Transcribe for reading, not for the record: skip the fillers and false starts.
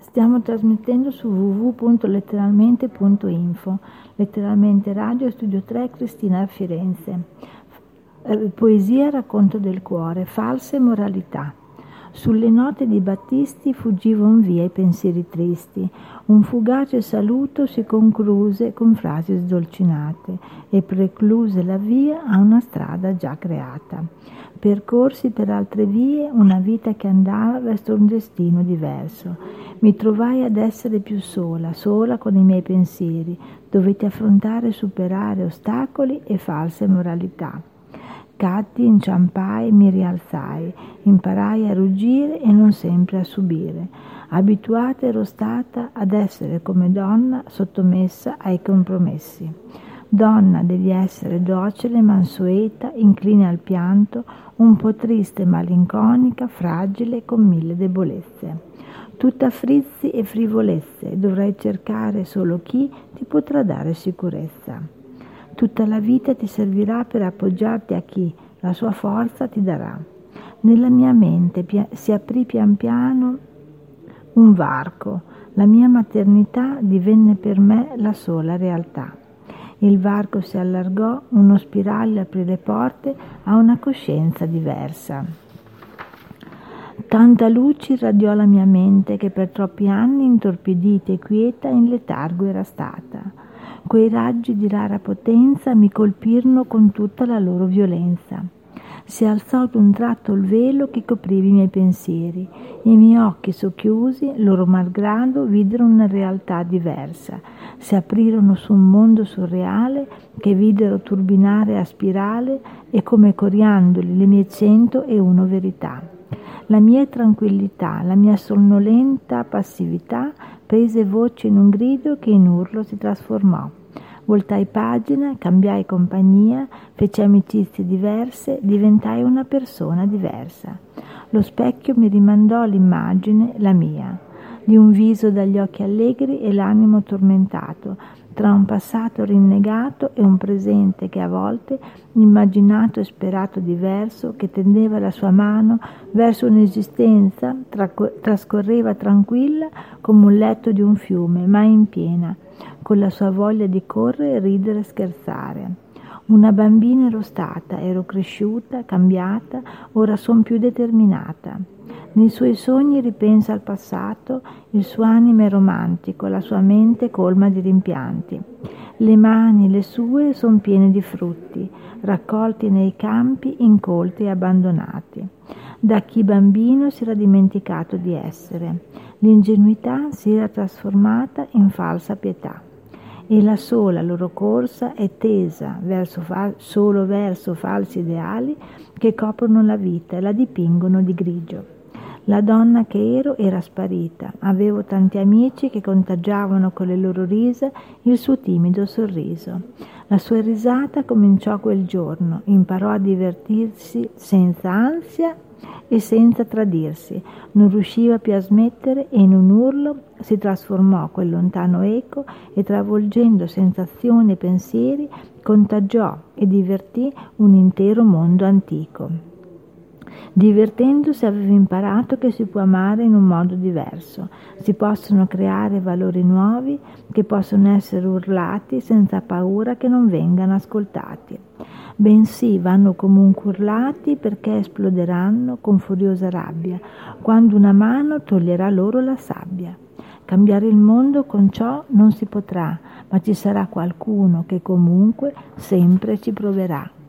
Stiamo trasmettendo su www.letteralmente.info, Letteralmente Radio, Studio 3, Cristina Firenze. Poesia, racconto del cuore, false moralità. Sulle note di Battisti fuggivon via i pensieri tristi. Un fugace saluto si concluse con frasi sdolcinate e precluse la via a una strada già creata. Percorsi per altre vie una vita che andava verso un destino diverso. Mi trovai ad essere più sola con i miei pensieri. Dovetti affrontare e superare ostacoli e false moralità. Caddi, inciampai, mi rialzai, imparai a ruggire e non sempre a subire. Abituata ero stata ad essere come donna sottomessa ai compromessi. Donna devi essere docile, mansueta, incline al pianto, un po' triste, malinconica, fragile, con 1000 debolezze. Tutta frizzi e frivolezze, dovrai cercare solo chi ti potrà dare sicurezza. Tutta la vita ti servirà per appoggiarti a chi la sua forza ti darà. Nella mia mente si aprì pian piano un varco. La mia maternità divenne per me la sola realtà. Il varco si allargò, uno spiraglio aprì le porte a una coscienza diversa. Tanta luce irradiò la mia mente che per troppi anni intorpidita e quieta in letargo era stata. Quei raggi di rara potenza mi colpirono con tutta la loro violenza. Si alzò d'un tratto il velo che copriva i miei pensieri. I miei occhi socchiusi, loro malgrado, videro una realtà diversa. Si aprirono su un mondo surreale che videro turbinare a spirale e come coriandoli le mie 101 verità. La mia tranquillità, la mia sonnolenta passività prese voce in un grido che in urlo si trasformò. Voltai pagina, cambiai compagnia, feci amicizie diverse, diventai una persona diversa. Lo specchio mi rimandò l'immagine, la mia, di un viso dagli occhi allegri e l'animo tormentato, tra un passato rinnegato e un presente che a volte, immaginato e sperato diverso, che tendeva la sua mano verso un'esistenza, trascorreva tranquilla come un letto di un fiume, mai in piena, con la sua voglia di correre, ridere e scherzare. Una bambina ero stata, ero cresciuta, cambiata, ora son più determinata. Nei suoi sogni ripensa al passato, il suo animo è romantico, la sua mente colma di rimpianti. Le mani, le sue, son piene di frutti, raccolti nei campi, incolti e abbandonati. Da chi bambino si era dimenticato di essere. L'ingenuità si era trasformata in falsa pietà. E la sola loro corsa è tesa solo verso falsi ideali che coprono la vita e la dipingono di grigio. La donna che ero era sparita, avevo tanti amici che contagiavano con le loro risa il suo timido sorriso. La sua risata cominciò quel giorno, imparò a divertirsi senza ansia e senza tradirsi, non riusciva più a smettere e in un urlo si trasformò quel lontano eco e travolgendo sensazioni e pensieri contagiò e divertì un intero mondo antico. Divertendosi aveva imparato che si può amare in un modo diverso, si possono creare valori nuovi che possono essere urlati senza paura che non vengano ascoltati. Bensì vanno comunque urlati perché esploderanno con furiosa rabbia, quando una mano toglierà loro la sabbia. Cambiare il mondo con ciò non si potrà, ma ci sarà qualcuno che comunque sempre ci proverà.